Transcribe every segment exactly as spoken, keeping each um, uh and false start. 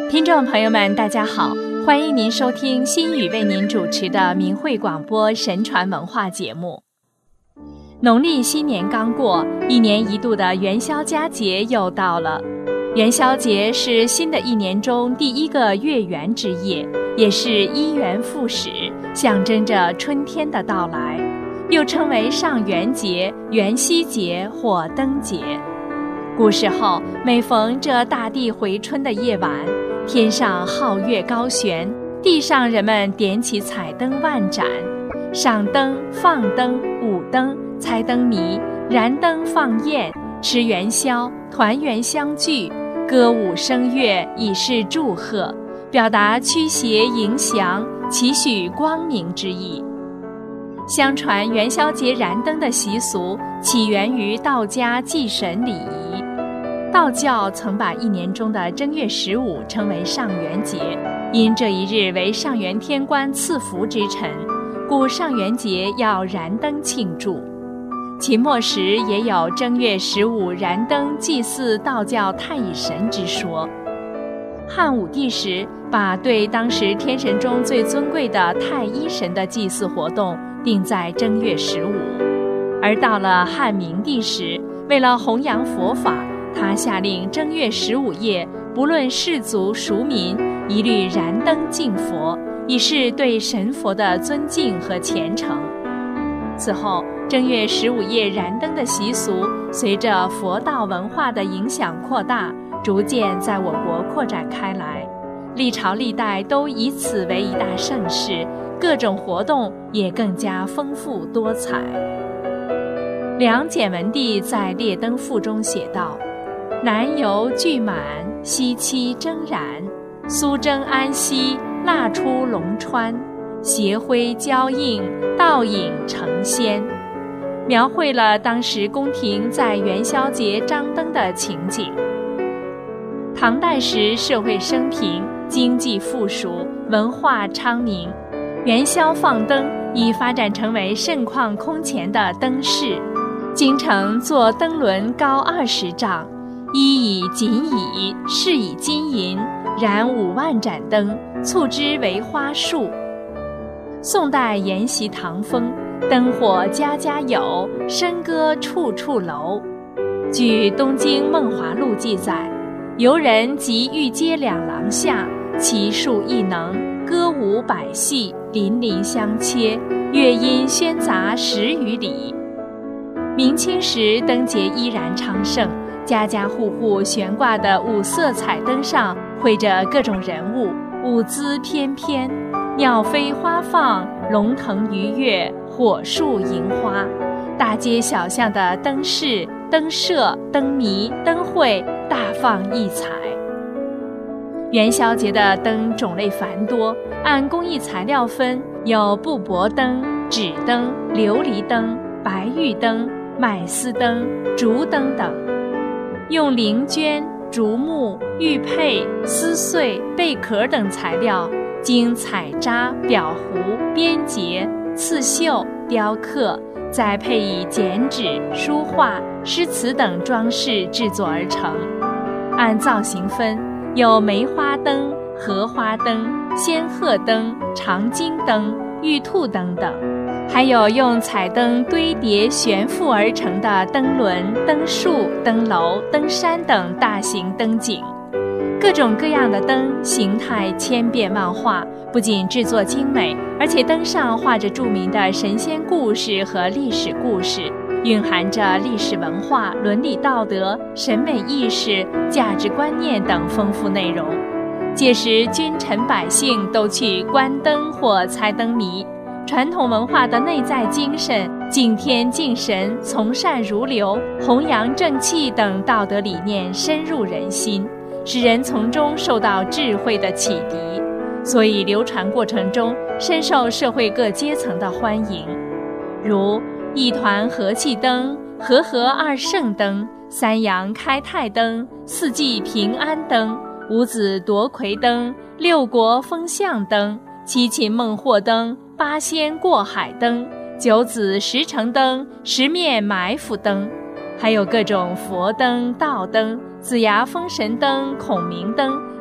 听众朋友们大家好，欢迎您收听心语为您主持的明慧广播神传文化节目。农历新年刚过，一年一度的元宵佳节又到了。元宵节是新的一年中第一个月圆之夜，也是一元复始，象征着春天的到来，又称为上元节、元夕节或灯节。古时候，每逢这大地回春的夜晚，天上皓月高悬，地上人们点起彩灯万盏，赏灯、放灯、舞灯、猜灯谜、燃灯放焰，吃元宵，团圆相聚，歌舞声乐，以示祝贺，表达驱邪迎祥、祈许光明之意。相传元宵节燃灯的习俗起源于道家祭神礼仪。道教曾把一年中的正月十五称为上元节，因这一日为上元天官赐福之辰，故上元节要燃灯庆祝。秦末时也有正月十五燃灯祭祀道教太乙神之说。汉武帝时把对当时天神中最尊贵的太一神的祭祀活动定在正月十五，而到了汉明帝时，为了弘扬佛法，他下令正月十五夜，不论士族俗民，一律燃灯敬佛，以示对神佛的尊敬和虔诚。此后，正月十五夜燃灯的习俗随着佛道文化的影响扩大，逐渐在我国扩展开来。历朝历代都以此为一大盛事，各种活动也更加丰富多彩。梁简文帝在《列灯赋》中写道：南游聚满，西期蒸燃，苏蒸安息，蜡出龙川，斜晖交映，倒影成仙，描绘了当时宫廷在元宵节张灯的情景。唐代时社会升平，经济富庶，文化昌明，元宵放灯已发展成为盛况空前的灯饰。京城坐灯轮高二十丈，衣以锦蚁，饰以金银，燃五万盏灯，簇之为花树。宋代沿袭唐风，灯火家家有，笙歌处处楼。据《东京梦华录》记载，游人及御街两廊下，其数异能，歌舞百戏，邻邻相切，乐音喧杂十余里。明清时灯节依然昌盛，家家户户悬挂的五色彩灯上绘着各种人物，舞姿翩翩，鸟飞花放，龙腾鱼跃，火树银花。大街小巷的灯饰、灯设、灯谜、灯会大放异彩。元宵节的灯种类繁多，按工艺材料分，有布帛灯、纸灯、琉璃灯、白玉灯、麦丝灯、竹灯等。用绫绢、竹木、玉佩、丝穗、贝壳等材料，经彩扎、裱糊、编结、刺绣、雕刻，再配以剪纸、书画、诗词等装饰制作而成。按造型分，有梅花灯、荷花灯、仙鹤灯、长金灯、玉兔灯等，还有用彩灯堆叠悬浮而成的灯轮、灯树、灯楼、灯山等大型灯景。各种各样的灯形态千变万化，不仅制作精美，而且灯上画着著名的神仙故事和历史故事，蕴含着历史文化、伦理道德、审美意识、价值观念等丰富内容。届时君臣百姓都去观灯或猜灯谜，传统文化的内在精神，敬天敬神、从善如流、弘扬正气等道德理念深入人心，使人从中受到智慧的启迪，所以流传过程中深受社会各阶层的欢迎。如一团和气灯、和合二圣灯、三阳开泰灯、四季平安灯、五子夺魁灯、六国风向灯、七擒孟获灯、八仙过海灯、九子十城灯、十面埋伏灯，还有各种佛灯、道灯、子牙封神灯、孔明灯、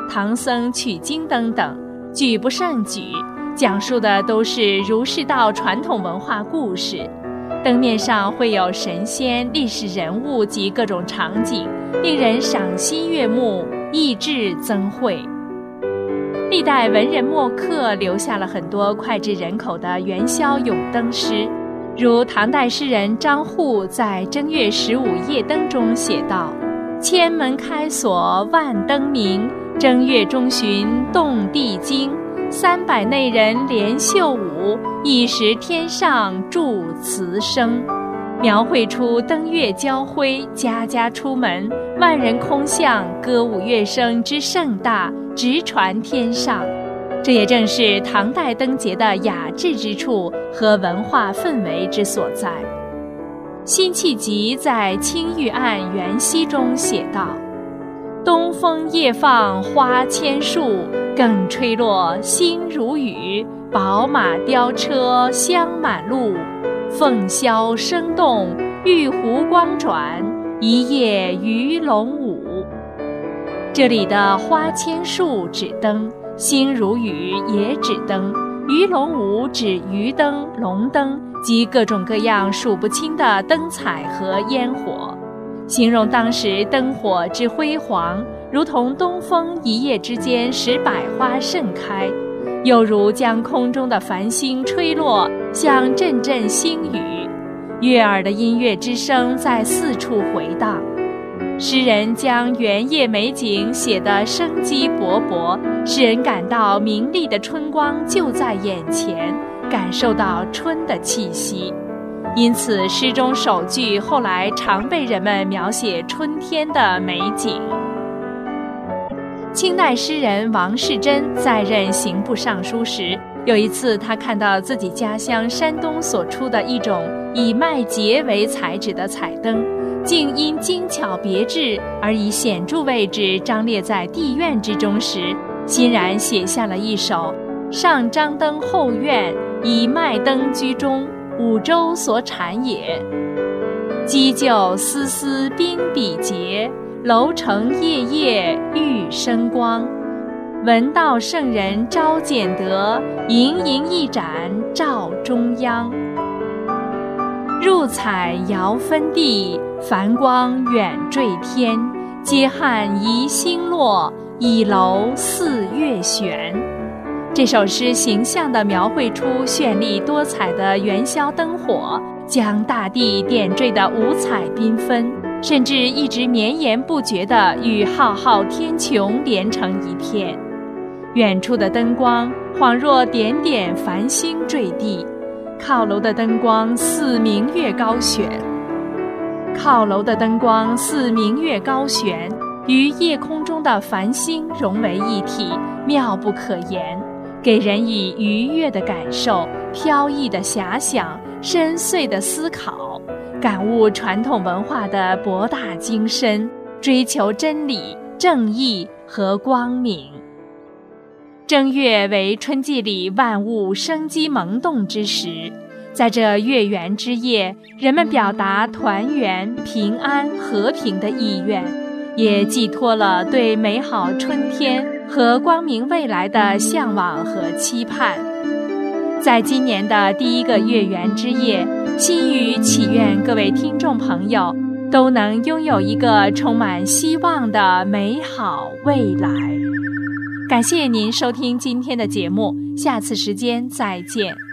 唐僧取经等等，举不胜举，讲述的都是儒释道传统文化故事。灯面上会有神仙、历史人物及各种场景，令人赏心悦目，益智增慧。历代文人墨客留下了很多脍炙人口的元宵咏灯诗，如唐代诗人张祜在《正月十五夜灯》中写道：千门开锁万灯明，正月中旬动地惊。三百内人连绣舞，一时天上祝词声。描绘出灯月交辉，家家出门，万人空巷，歌舞乐声之盛大，直传天上。这也正是唐代灯节的雅致之处和文化氛围之所在。辛弃疾在《青玉案·元夕》中写道：东风夜放花千树，更吹落星如雨。宝马雕车香满路，凤箫声动，玉壶光转，一夜鱼龙舞。这里的花千树指灯，星如雨也指灯，鱼龙舞指鱼灯、龙灯及各种各样数不清的灯彩和烟火，形容当时灯火之辉煌，如同东风一夜之间使百花盛开，又如将空中的繁星吹落，像阵阵星雨，悦耳的音乐之声在四处回荡。诗人将原野美景写得生机勃勃，使人感到明丽的春光就在眼前，感受到春的气息。因此诗中首句后来常被人们描写春天的美景。清代诗人王士祯在任刑部尚书时，有一次他看到自己家乡山东所出的一种以麦秸为材质的彩灯，竟因精巧别致而以显著位置张列在地院之中时，欣然写下了一首上张灯后院，以麦灯居中，五洲所产也。积就丝丝冰笔节，楼城夜夜玉生光。闻道圣人招简德，盈盈一盏照中央。入彩遥分地，繁光远坠天。阶汉移星落，倚楼似月悬。这首诗形象地描绘出绚丽多彩的元宵灯火，将大地点缀得五彩缤纷，甚至一直绵延不绝地与浩浩天穹连成一片。远处的灯光恍若点点繁星坠地，靠楼的灯光似明月高悬，靠楼的灯光似明月高悬，与夜空中的繁星融为一体，妙不可言，给人以愉悦的感受、飘逸的遐想、深邃的思考，感悟传统文化的博大精深，追求真理、正义和光明。正月为春季里万物生机萌动之时，在这月圆之夜，人们表达团圆、平安、和平的意愿，也寄托了对美好春天和光明未来的向往和期盼。在今年的第一个月圆之夜，心语祈愿各位听众朋友都能拥有一个充满希望的美好未来。感谢您收听今天的节目，下次时间再见。